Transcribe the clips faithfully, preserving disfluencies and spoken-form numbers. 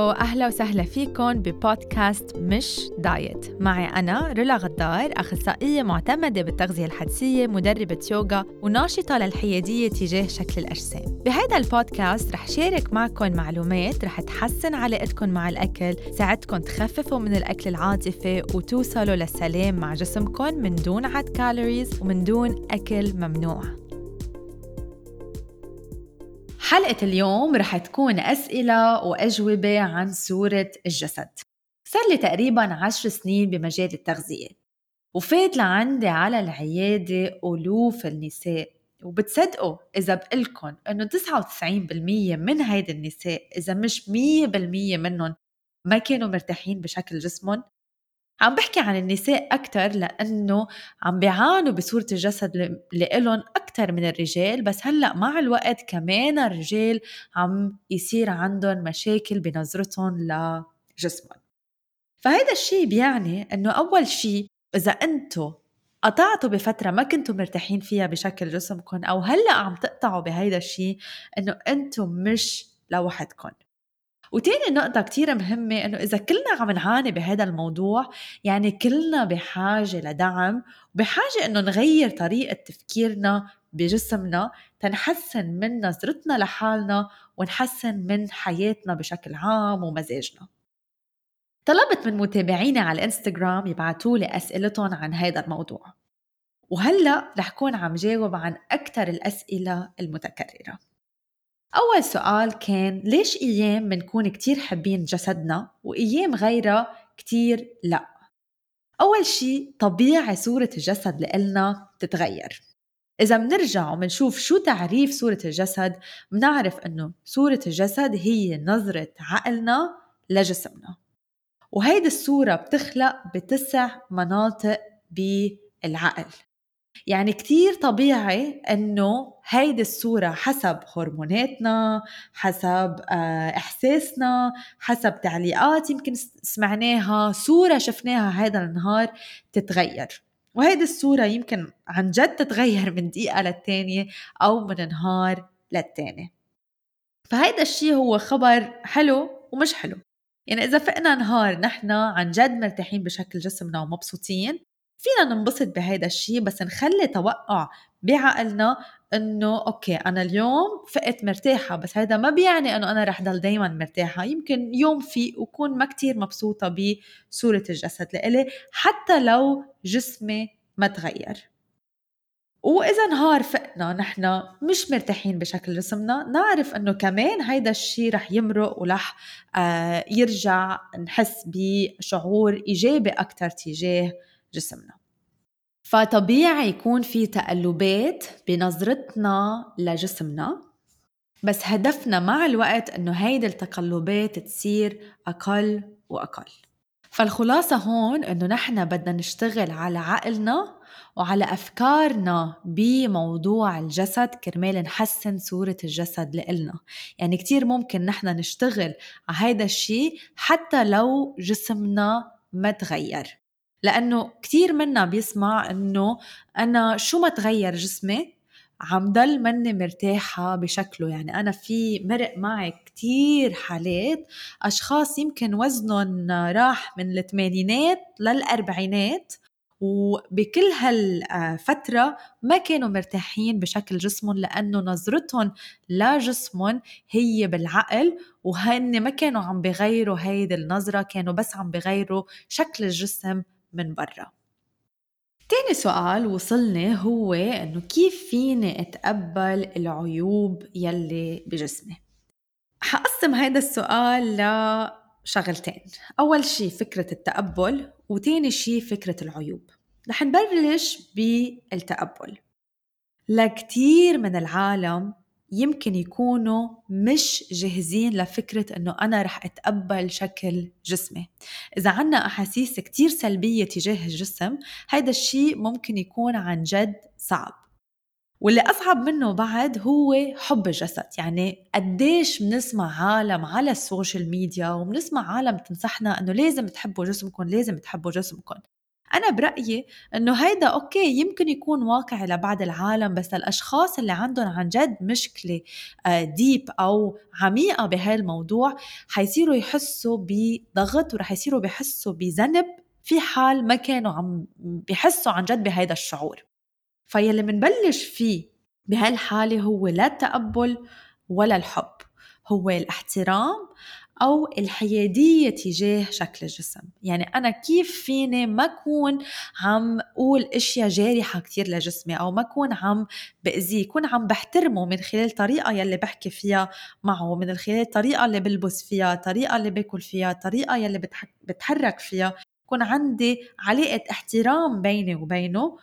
هلو، أهلا وسهلا فيكم ببودكاست مش دايت. معي أنا رولا غدار، أخصائية معتمدة بالتغذية الحدسية، مدربة يوغا وناشطة للحيادية تجاه شكل الأجسام. بهذا البودكاست رح شارك معكم معلومات رح تحسن علاقتكم مع الأكل، ساعدكم تخففوا من الأكل العاطفي وتوصلوا للسلام مع جسمكم من دون عد كالوريز ومن دون أكل ممنوع. حلقة اليوم رح تكون أسئلة وأجوبة عن صورة الجسد. صار لي تقريباً عشر سنين بمجال التغذية، وفات لعندي على العيادة ألوف النساء، وبتصدقوا إذا بقلكن أنه تسعة وتسعين بالمية من هيدا النساء إذا مش مية بالمية منهم ما كانوا مرتاحين بشكل جسمهم. عم بحكي عن النساء أكتر لأنه عم بيعانوا بصورة الجسد لإلهم أكتر من الرجال، بس هلأ مع الوقت كمان الرجال عم يصير عندهم مشاكل بنظرتهم لجسمهم. فهذا الشيء بيعني أنه أول شيء إذا أنتوا قطعتوا بفترة ما كنتوا مرتاحين فيها بشكل جسمكم أو هلأ عم تقطعوا بهذا الشيء، أنه أنتوا مش لوحدكم. وتاني نقطة كتير مهمة إنه إذا كلنا عم نعاني بهذا الموضوع، يعني كلنا بحاجة لدعم وبحاجة إنه نغير طريقة تفكيرنا بجسمنا تنحسن من نظرتنا لحالنا ونحسن من حياتنا بشكل عام ومزاجنا. طلبت من متابعيني على الانستغرام يبعتوا لي أسئلتهم عن هذا الموضوع، وهلأ رح كون عم جاوب عن أكتر الأسئلة المتكررة. أول سؤال كان ليش أيام منكون كتير حابين جسدنا وأيام غيرها كتير لا؟ أول شي طبيعي صورة الجسد لإلنا تتغير. إذا منرجع ومنشوف شو تعريف صورة الجسد، منعرف أنه صورة الجسد هي نظرة عقلنا لجسمنا، وهيدي الصورة بتخلق بتسع مناطق بالعقل. يعني كتير طبيعي أنه هيدي الصورة حسب هرموناتنا، حسب إحساسنا، حسب تعليقات يمكن سمعناها، صورة شفناها هيدا النهار تتغير. وهيدي الصورة يمكن عن جد تتغير من دقيقة للتانية أو من نهار للتاني. فهيدا الشيء هو خبر حلو ومش حلو. يعني إذا فقنا نهار نحنا عن جد مرتاحين بشكل جسمنا ومبسوطين، فينا ننبسط بهيدا الشيء، بس نخلي توقع بعقلنا انه اوكي انا اليوم فقت مرتاحة، بس هذا ما بيعني انه انا رح ضل دايما مرتاحة. يمكن يوم في وكون ما كتير مبسوطة بصورة الجسد لإلي حتى لو جسمي ما تغير. وإذا نهار فقنا نحنا مش مرتاحين بشكل جسمنا، نعرف أنه كمان هيدا الشيء رح يمرق ورح آه يرجع نحس بشعور إيجابي أكتر تجاه جسمنا. فطبيعي يكون في تقلبات بنظرتنا لجسمنا، بس هدفنا مع الوقت أنه هيدا التقلبات تصير أقل وأقل. فالخلاصة هون أنه نحن بدنا نشتغل على عقلنا وعلى أفكارنا بموضوع الجسد كرمال نحسن صورة الجسد لإلنا. يعني كتير ممكن نحن نشتغل على هيدا الشيء حتى لو جسمنا ما تغير، لأنه كتير منا بيسمع أنه أنا شو ما تغير جسمي عم ضل مني مرتاحة بشكله. يعني أنا في مرق معي كتير حالات أشخاص يمكن وزنهم راح من الثمانينات للأربعينات، وبكل هالفترة ما كانوا مرتاحين بشكل جسمهم لأنه نظرتهم لجسمهم هي بالعقل، وهن ما كانوا عم بغيروا هيدي النظرة، كانوا بس عم بغيروا شكل الجسم من برا. تاني سؤال وصلني هو أنه كيف فيني أتقبل العيوب يلي بجسمي؟ حقسم هيدا السؤال لشغلتين. أول شي فكرة التقبل، وتاني شي فكرة العيوب. رح نبلش بالتقبل. لكتير من العالم يمكن يكونوا مش جاهزين لفكرة أنه أنا رح أتقبل شكل جسمي. إذا عنا أحاسيس كتير سلبية تجاه الجسم، هيدا الشيء ممكن يكون عن جد صعب. واللي أصعب منه بعد هو حب الجسد. يعني قديش منسمع عالم على السوشيال ميديا ومنسمع عالم تنصحنا أنه لازم تحبوا جسمكم، لازم تحبوا جسمكم. أنا برأيي إنه هيدا أوكي يمكن يكون واقعي لبعض العالم، بس الأشخاص اللي عندهم عن جد مشكلة ديب أو عميقة بهالموضوع حيصيروا يحسوا بضغط ورح يصيروا بيحسوا بذنب في حال ما كانوا عم بيحسوا عن جد بهيدا الشعور. فيلي منبلش فيه بهالحالة هو لا التقبل ولا الحب، هو الاحترام أو الحيادية تجاه شكل الجسم. يعني أنا كيف فيني ما أكون عم أقول إشياء جارحة كتير لجسمي، أو ما أكون عم بأذيه، أكون عم بحترمه من خلال طريقة يلي بحكي فيها معه، من خلال الطريقة اللي بلبس فيها، الطريقة اللي باكل فيها، الطريقة يلي بتحرك فيها، يكون عندي علاقة احترام بيني وبينه.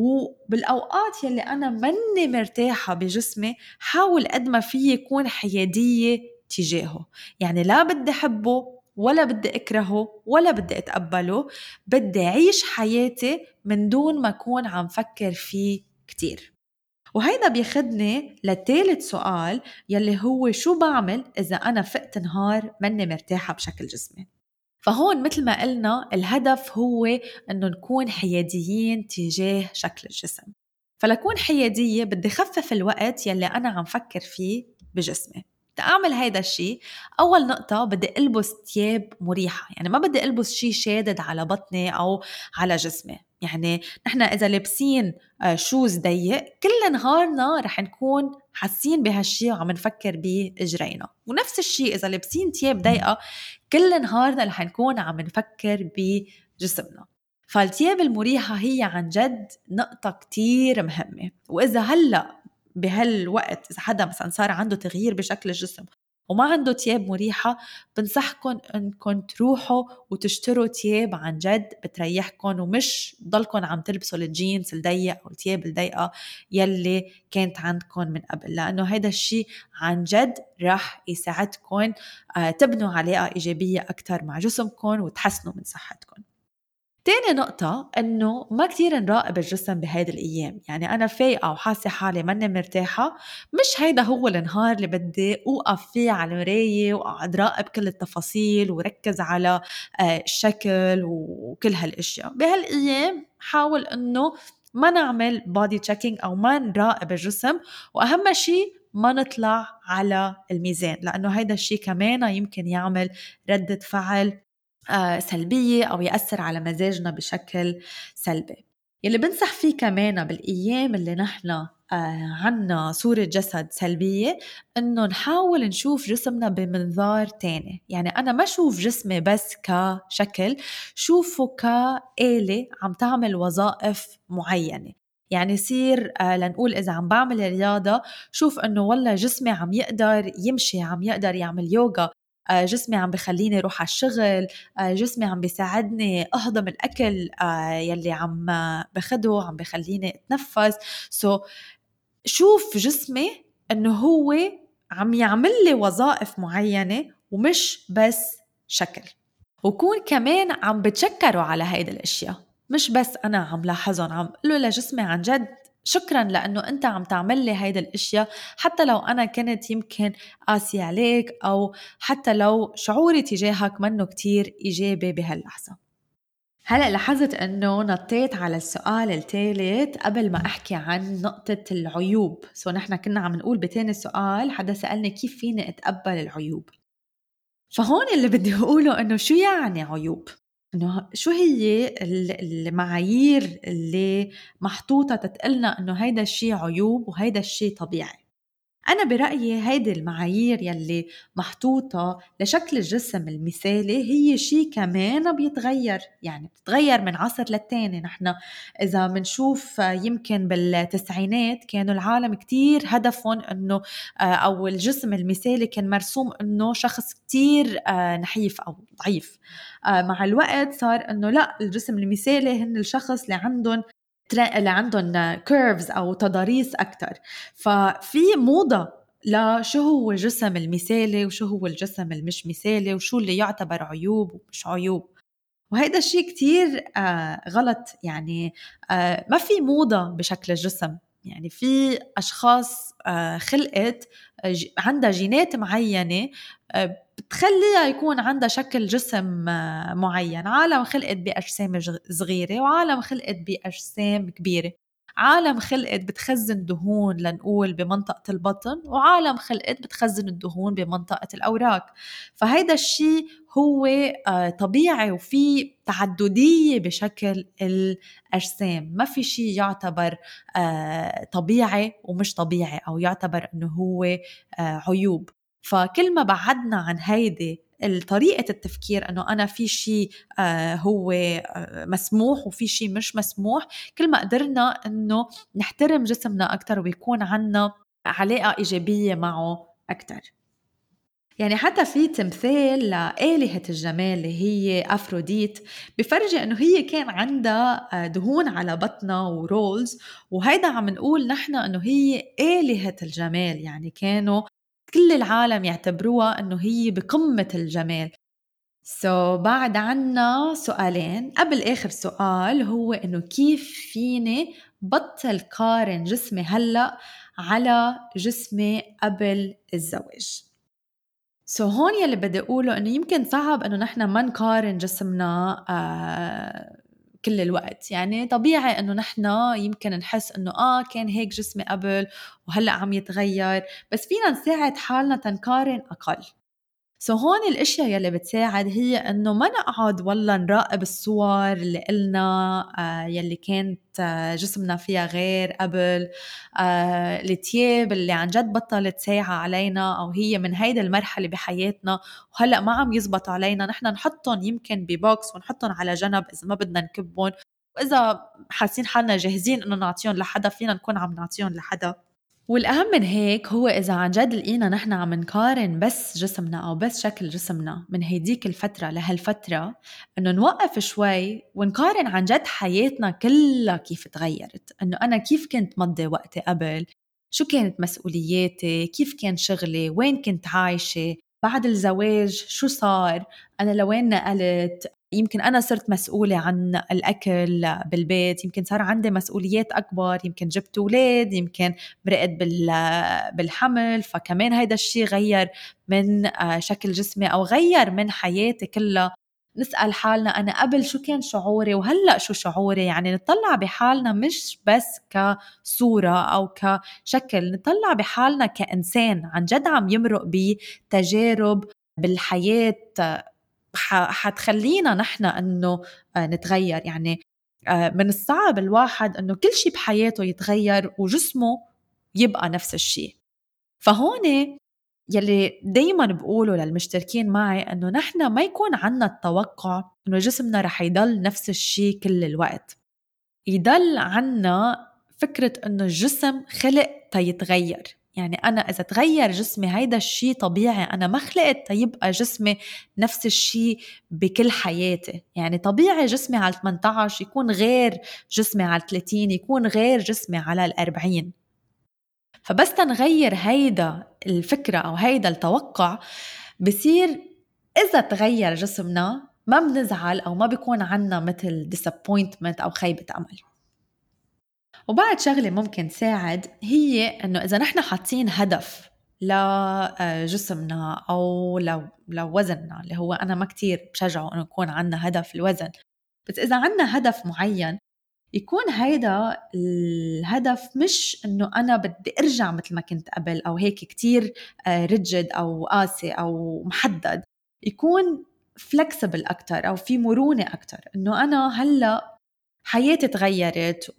وبالأوقات يلي أنا مني مرتاحة بجسمي حاول قد ما فيه يكون حيادية تجاهه. يعني لا بدي أحبه ولا بدي أكرهه ولا بدي أتقبله، بدي أعيش حياتي من دون ما أكون عم فكر فيه كتير. وهيدا بيخدني للثالث سؤال يلي هو شو بعمل إذا أنا فقت نهار مني مرتاحة بشكل جسمي. فهون مثل ما قلنا الهدف هو أنه نكون حياديين تجاه شكل الجسم. فلكون حيادية بدي خفف الوقت يلي أنا عم فكر فيه بجسمي. تأعمل هيدا الشي، أول نقطة بدي ألبس تياب مريحة. يعني ما بدي ألبس شي شادد على بطني أو على جسمي. يعني نحن إذا لابسين شوز ضيق كل نهارنا رح نكون حاسين بهالشي وعم نفكر بإجرينا، ونفس الشي إذا لابسين تياب ضيقة كل نهارنا رح نكون عم نفكر بجسمنا. فالتياب المريحة هي عن جد نقطة كتير مهمة. وإذا هلأ بهالوقت إذا حدا مثلا صار عنده تغيير بشكل الجسم وما عنده تياب مريحة، بنصحكم انكم تروحوا وتشتروا تياب عن جد بتريحكم، ومش ضلكم عم تلبسوا الجينز الضيق أو التياب الضيقة يلي كانت عندكم من قبل، لأنه هيدا الشي عن جد راح يساعدكم تبنوا علاقة إيجابية أكتر مع جسمكم وتحسنوا من صحتكم. تاني نقطة إنه ما كتير نراقب الجسم بهيدي الأيام. يعني أنا فايقة وحاسة حالي ماني مرتاحة، مش هيدا هو النهار اللي بدي أوقف فيه على المراية وأقعد راقب كل التفاصيل وركز على الشكل وكل هالأشياء. بهالأيام حاول إنه ما نعمل body checking أو ما نراقب الجسم، وأهم شي ما نطلع على الميزان، لأنه هيدا الشي كمان يمكن يعمل ردة فعل سلبية أو يأثر على مزاجنا بشكل سلبي. يلي بنصح فيه كمان بالأيام اللي نحن عنا صورة جسد سلبية إنه نحاول نشوف جسمنا بمنظار تاني. يعني أنا ما شوف جسمي بس كشكل، شوفه كآلة عم تعمل وظائف معينة. يعني يصير لنقول إذا عم بعمل رياضة شوف إنه والله جسمي عم يقدر يمشي، عم يقدر يعمل يوغا، جسمي عم بخليني روح على الشغل، جسمي عم بيساعدني أهضم الأكل يلي عم بخده، عم بخليني أتنفس. سو so, شوف جسمي أنه هو عم يعمل لي وظائف معينة ومش بس شكل. وكون كمان عم بتشكروا على هيدا الأشياء، مش بس أنا عم لاحظهم، عم قلوا لجسمي عن جد شكراً لأنه أنت عم تعمل لي هيدا الأشياء، حتى لو أنا كنت يمكن قاسي عليك أو حتى لو شعوري تجاهك منه كتير إيجابي بهاللحظة. هلأ لاحظت أنه نطيت على السؤال الثالث قبل ما أحكي عن نقطة العيوب. سو نحن كنا عم نقول بتاني السؤال حدا سألني كيف فيني أتقبل العيوب. فهون اللي بدي أقوله أنه شو يعني عيوب؟ إنه شو هي المعايير اللي محطوطة تتقلنا إنه هيدا الشي عيوب وهيدا الشي طبيعي. أنا برأيي هيدي المعايير يلي محطوطة لشكل الجسم المثالي هي شي كمان بيتغير، يعني بتتغير من عصر للتاني. نحن إذا منشوف يمكن بالتسعينات كانوا العالم كتير هدفهم أنه أو الجسم المثالي كان مرسوم أنه شخص كتير نحيف أو ضعيف. مع الوقت صار أنه لا، الجسم المثالي هن الشخص اللي عندهم اللي عندهم كيرفز أو تضاريس أكتر. ففي موضة لشو هو الجسم المثالي وشو هو الجسم المش مثالي وشو اللي يعتبر عيوب ومش عيوب، وهيدا الشيء كتير آه غلط. يعني آه ما في موضة بشكل الجسم، يعني في أشخاص خلقت عندها جينات معينة بتخليها يكون عندها شكل جسم معين. عالم خلقت بأجسام صغيرة وعالم خلقت بأجسام كبيرة. عالم خلقت بتخزن دهون لنقول بمنطقة البطن، وعالم خلقت بتخزن الدهون بمنطقة الأوراق. فهيدا الشيء هو طبيعي، وفي تعددية بشكل الأجسام. ما في شيء يعتبر طبيعي ومش طبيعي أو يعتبر أنه هو عيوب. فكل ما بعدنا عن هيدي طريقة التفكير أنه أنا في شيء هو مسموح وفي شيء مش مسموح، كل ما قدرنا أنه نحترم جسمنا أكتر ويكون عنا علاقة إيجابية معه أكتر. يعني حتى في تمثال لآلهة الجمال اللي هي أفروديت بفرجي أنه هي كان عندها دهون على بطنها ورولز، وهيدا عم نقول نحن أنه هي آلهة الجمال. يعني كانوا كل العالم يعتبروها أنه هي بقمة الجمال. سو so, بعد عنا سؤالين. قبل آخر سؤال هو أنه كيف فيني بطل قارن جسمي هلأ على جسمي قبل الزواج؟ سو so, هون يلي بدي أقوله أنه يمكن صعب أنه نحن ما نقارن جسمنا آه كل الوقت. يعني طبيعي أنه نحن يمكن نحس أنه آه كان هيك جسمي قبل وهلأ عم يتغير، بس فينا نساعد حالنا تنقارن أقل. سو هون الاشياء يلي بتساعد هي انه ما نقعد والله نراقب الصور اللي قلنا آه يلي كانت آه جسمنا فيها غير قبل، آه التياب اللي عن جد بطلت ساعة علينا او هي من هيدا المرحلة بحياتنا وهلأ ما عم يزبط علينا، نحن نحطهم يمكن ببوكس ونحطهم على جنب اذا ما بدنا نكبهم، واذا حاسين حالنا جاهزين انه نعطيهم لحدا فينا نكون عم نعطيهم لحدا. والأهم من هيك هو إذا عن جد لقينا نحن عم نقارن بس جسمنا أو بس شكل جسمنا من هيديك الفترة لهالفترة، إنه نوقف شوي ونقارن عن جد حياتنا كلها كيف تغيرت. إنه أنا كيف كنت مضي وقتي قبل، شو كانت مسؤولياتي، كيف كان شغلي، وين كنت عايشة، بعد الزواج شو صار، أنا لوين نقلت، يمكن أنا صرت مسؤولة عن الأكل بالبيت، يمكن صار عندي مسؤوليات أكبر، يمكن جبت أولاد، يمكن مرقت بالحمل، فكمان هيدا الشيء غير من شكل جسمي أو غير من حياتي كلها. نسأل حالنا أنا قبل شو كان شعوري وهلأ شو شعوري. يعني نطلع بحالنا مش بس كصورة أو كشكل، نطلع بحالنا كإنسان عن جد عم يمرق بتجارب بالحياة حتخلينا نحن أنه نتغير. يعني من الصعب الواحد أنه كل شيء بحياته يتغير وجسمه يبقى نفس الشيء. فهون يلي دايما بقوله للمشتركين معي أنه نحن ما يكون عنا التوقع أنه جسمنا رح يضل نفس الشيء كل الوقت. يضل عنا فكرة أنه الجسم خلق تيتغير. يعني أنا إذا تغير جسمي هيدا الشيء طبيعي، أنا ما خلقت تيبقى جسمي نفس الشيء بكل حياتي. يعني طبيعي جسمي على ثمانية عشر يكون غير جسمي على ثلاثين، يكون غير جسمي على الأربعين. فبس تنغير هيدا الفكرة أو هيدا التوقع بصير إذا تغير جسمنا ما بنزعل أو ما بيكون عنا مثل disappointment أو خيبة أمل. وبعد شغلة ممكن تساعد هي أنه إذا نحن حاطين هدف لجسمنا أو لو وزننا، اللي هو أنا ما كتير بشجعه أنه يكون عنا هدف الوزن، بس إذا عنا هدف معين يكون هيدا الهدف مش أنه أنا بدي أرجع مثل ما كنت قبل أو هيك كتير ريجيد أو قاسي أو محدد، يكون فلكسبل أكتر أو في مرونة أكتر. أنه أنا هلأ حياتي تغيرت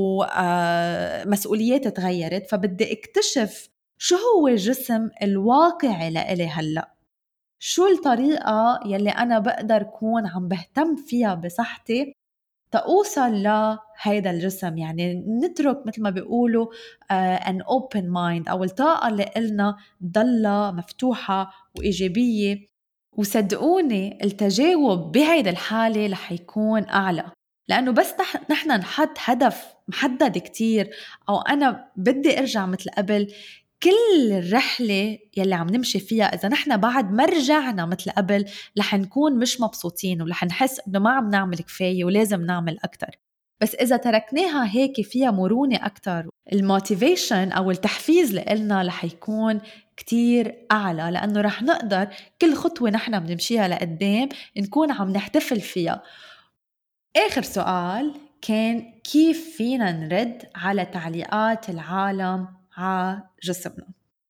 ومسؤولياتي تغيرت، فبدي اكتشف شو هو الجسم الواقعي لإلي هلأ، شو الطريقة يلي أنا بقدر كون عم بهتم فيها بصحتي تأوصل لهيدا الجسم. يعني نترك مثل ما بيقولوا uh, an open mind أو الطاقة اللي قلنا ضلها مفتوحة وإيجابية. وصدقوني التجاوب بهيدا الحالة رح يكون أعلى، لأنه بس نحن نحط هدف محدد كتير أو أنا بدي أرجع مثل قبل، كل الرحلة يلي عم نمشي فيها إذا نحن بعد ما رجعنا مثل قبل رح نكون مش مبسوطين ورح نحس إنه ما عم نعمل كفاية ولازم نعمل أكتر. بس إذا تركناها هيك فيها مرونة أكتر، الموتيفيشن أو التحفيز لإلنا رح يكون كتير أعلى، لأنه رح نقدر كل خطوة نحن بنمشيها لقدام نكون عم نحتفل فيها. آخر سؤال كان كيف فينا نرد على تعليقات العالم على جسمنا؟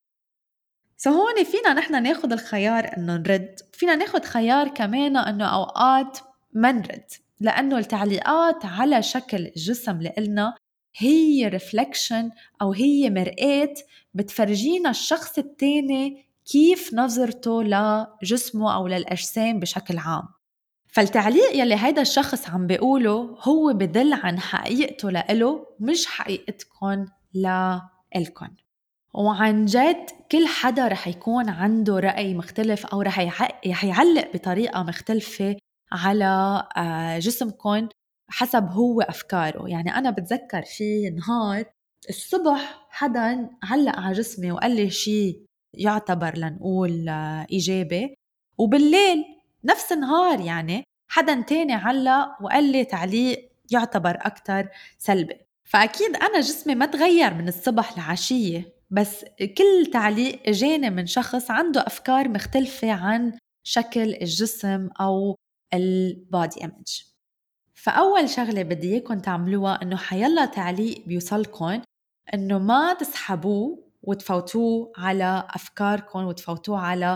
سو هون فينا نحن ناخد الخيار انه نرد، فينا ناخد خيار كمان انه اوقات ما نرد، لانه التعليقات على شكل الجسم لإلنا هي ريفلكشن او هي مرآة بتفرجينا الشخص التاني كيف نظرته لجسمه او للاجسام بشكل عام. فالتعليق يلي هيدا الشخص عم بيقوله هو بدل عن حقيقته لإله مش حقيقتكم لإلكن. وعن جد كل حدا رح يكون عنده رأي مختلف أو رح يعلق بطريقة مختلفة على جسمكم حسب هو أفكاره. يعني أنا بتذكر في نهار الصبح حدا علق على جسمي وقال لي شيء يعتبر لنقول إيجابي، وبالليل نفس النهار يعني حدا تاني علق وقال لي تعليق يعتبر أكتر سلبي. فأكيد أنا جسمي ما تغير من الصبح لعشية، بس كل تعليق اجاني من شخص عنده أفكار مختلفة عن شكل الجسم أو البادي إيمج. فأول شغلة بدي إياكم تعملوها إنه حيلا تعليق بيوصلكم إنه ما تسحبوه وتفوتوه على أفكاركم وتفوتوه على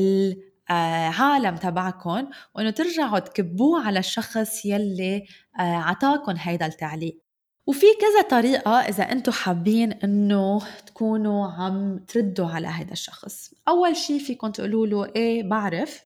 العالم تبعكم، وإنه ترجعوا تكبوه على الشخص يلي عطاكم هيدا التعليق. وفي كذا طريقة إذا أنتوا حابين إنه تكونوا عم تردوا على هذا الشخص. أول شي فيكم تقولوا له إيه بعرف،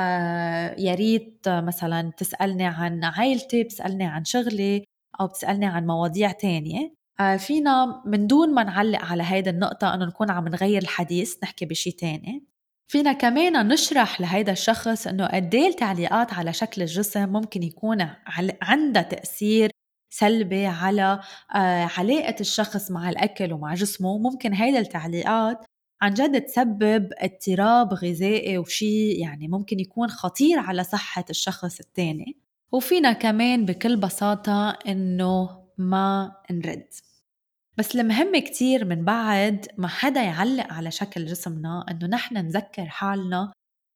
آه يا ريت مثلا تسألني عن عائلتي، بتسألني عن شغلي، أو بتسألني عن مواضيع تانية. آه فينا من دون ما نعلق على هيدا النقطة أنه نكون عم نغير الحديث نحكي بشي تاني. فينا كمان نشرح لهيدا الشخص أنه قديه التعليقات على شكل الجسم ممكن يكون عندها تأثير سلبي على علاقة الشخص مع الأكل ومع جسمه. ممكن هيدا التعليقات عن جد تسبب اضطراب غذائي وشي يعني ممكن يكون خطير على صحة الشخص التاني. وفينا كمان بكل بساطة إنه ما نرد. بس المهم كتير من بعد ما حدا يعلق على شكل جسمنا إنه نحن نذكر حالنا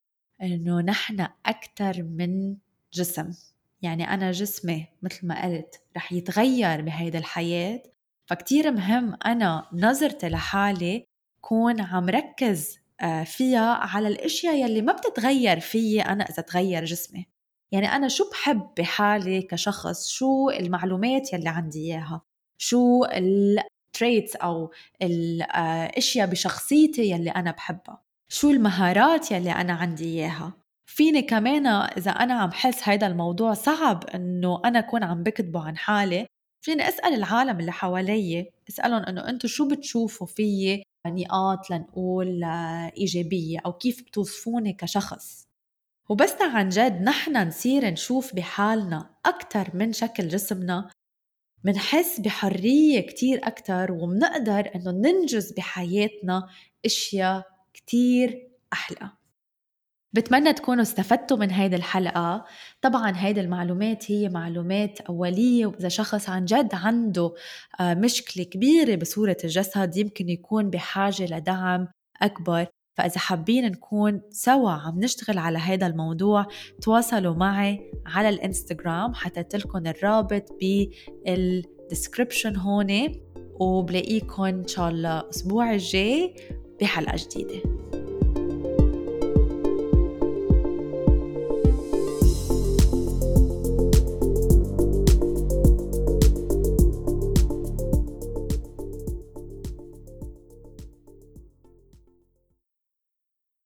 إنه نحن أكتر من جسم. يعني أنا جسمي مثل ما قلت رح يتغير بهيدا الحياة، فكتير مهم أنا نظرتي لحالي كون عم ركز فيها على الأشياء يلي ما بتتغير فيي أنا إذا تغير جسمي. يعني أنا شو بحب بحالي كشخص، شو المعلومات يلي عندي إياها، شو التريتس أو الأشياء بشخصيتي يلي أنا بحبها، شو المهارات يلي أنا عندي إياها. فيني كمان إذا أنا عم حس هيدا الموضوع صعب إنه أنا أكون عم بكتبه عن حالي، فيني أسأل العالم اللي حوالي، أسألهم إنه أنتوا شو بتشوفوا فيي نقاط لنقول إيجابية أو كيف بتوصفوني كشخص. وبس عن جد نحن نصير نشوف بحالنا أكتر من شكل جسمنا، منحس بحرية كتير أكتر ومنقدر إنه ننجز بحياتنا إشياء كتير أحلى. بتمنى تكونوا استفدتوا من هيدا الحلقة. طبعا هيدا المعلومات هي معلومات أولية، وإذا شخص عن جد عنده مشكلة كبيرة بصورة الجسد يمكن يكون بحاجة لدعم أكبر. فإذا حابين نكون سوا عم نشتغل على هيدا الموضوع تواصلوا معي على الانستغرام، حتى لكم الرابط بالديسكريبشن هون، وبلاقيكم إن شاء الله أسبوع الجاي بحلقة جديدة.